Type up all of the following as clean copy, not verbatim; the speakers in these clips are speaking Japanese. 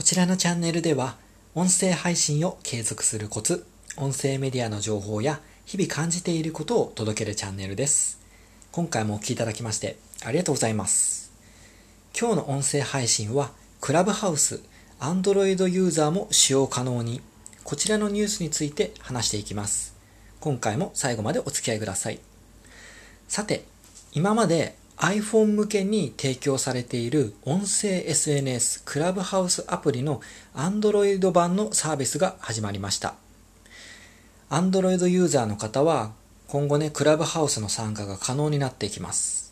ちらのチャンネルでは、音声配信を継続するコツ、音声メディアの情報や日々感じていることを届けるチャンネルです。今回もお聞きいただきましてありがとうございます。今日の音声配信は、クラブハウス、Android ユーザーも使用可能に、こちらのニュースについて話していきます。今回も最後までお付き合いください。さて、今までiPhone 向けに提供されている音声 SNS クラブハウスアプリの Android 版のサービスが始まりました。Android ユーザーの方は今後クラブハウスの参加が可能になっていきます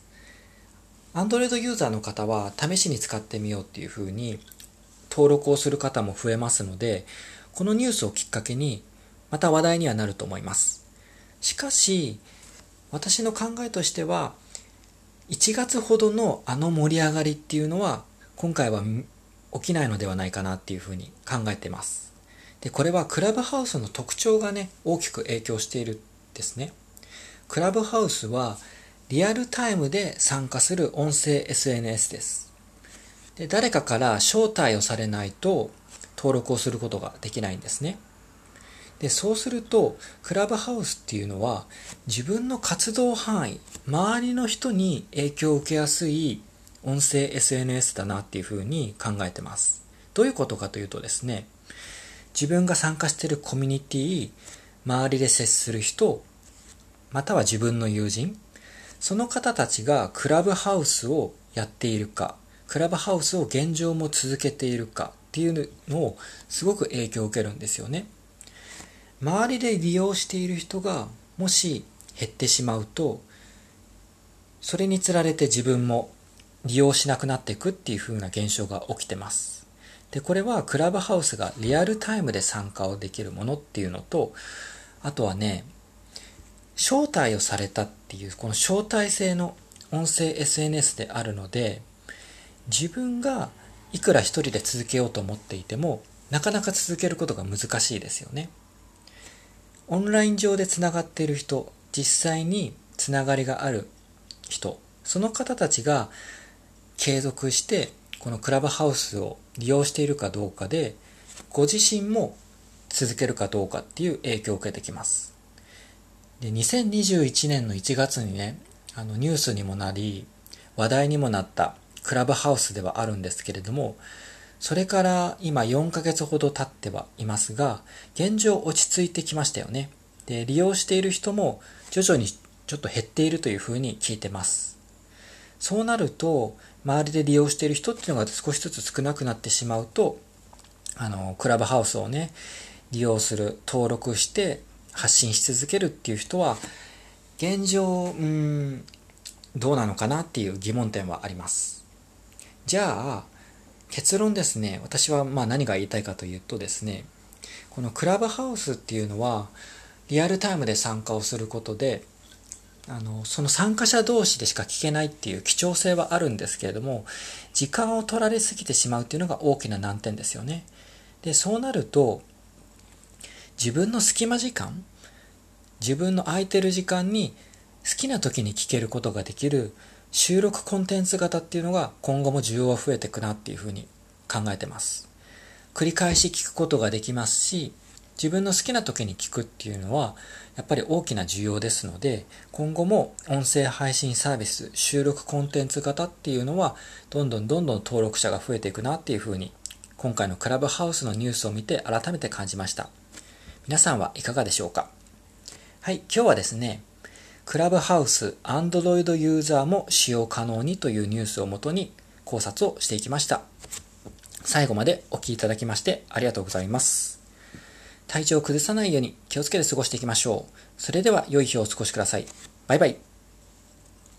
。Android ユーザーの方は試しに使ってみようっていう風に登録をする方も増えますので、このニュースをきっかけにまた話題にはなると思います。しかし、私の考えとしては、1月ほどの盛り上がりっていうのは今回は起きないのではないかなっていうふうに考えています。で、これはクラブハウスの特徴が大きく影響しているんですね。クラブハウスはリアルタイムで参加する音声 SNS です。で、誰かから招待をされないと登録をすることができないんですね。で、そうするとクラブハウスっていうのは自分の活動範囲、周りの人に影響を受けやすい音声 SNS だなっていうふうに考えてます。どういうことかというとですね、自分が参加しているコミュニティ、周りで接する人、または自分の友人、その方たちがクラブハウスをやっているか、クラブハウスを現状も続けているかっていうのをすごく影響を受けるんですよね。周りで利用している人がもし減ってしまうと、それにつられて自分も利用しなくなっていくっていう風な現象が起きてます。で、これはクラブハウスがリアルタイムで参加をできるものっていうのと、あとは招待をされたっていうこの招待制の音声 SNS であるので、自分がいくら一人で続けようと思っていてもなかなか続けることが難しいですよね。オンライン上でつながっている人、実際につながりがある人、その方たちが継続してこのクラブハウスを利用しているかどうかで、ご自身も続けるかどうかっていう影響を受けてきます。で、2021年の1月にニュースにもなり話題にもなったクラブハウスではあるんですけれども、それから今4ヶ月ほど経ってはいますが、現状落ち着いてきましたよね。で、利用している人も徐々にちょっと減っているというふうに聞いてます。そうなると、周りで利用している人っていうのが少しずつ少なくなってしまうと、クラブハウスを利用する、登録して発信し続けるっていう人は、現状、どうなのかなっていう疑問点はあります。じゃあ、結論ですね、私は何が言いたいかというとですね、このクラブハウスっていうのはリアルタイムで参加をすることで、その参加者同士でしか聞けないっていう貴重性はあるんですけれども、時間を取られすぎてしまうっていうのが大きな難点ですよね。で、そうなると自分の隙間時間、自分の空いてる時間に好きな時に聞けることができる収録コンテンツ型っていうのが今後も需要は増えていくなっていうふうに考えてます。繰り返し聞くことができますし、自分の好きな時に聞くっていうのはやっぱり大きな需要ですので、今後も音声配信サービス、収録コンテンツ型っていうのはどんどん登録者が増えていくなっていうふうに、今回のクラブハウスのニュースを見て改めて感じました。皆さんはいかがでしょうか。はい、今日はですね、クラブハウス、Android ユーザーも使用可能にというニュースをもとに考察をしていきました。最後までお聞きいただきましてありがとうございます。体調を崩さないように気をつけて過ごしていきましょう。それでは良い日をお過ごしください。バイバイ。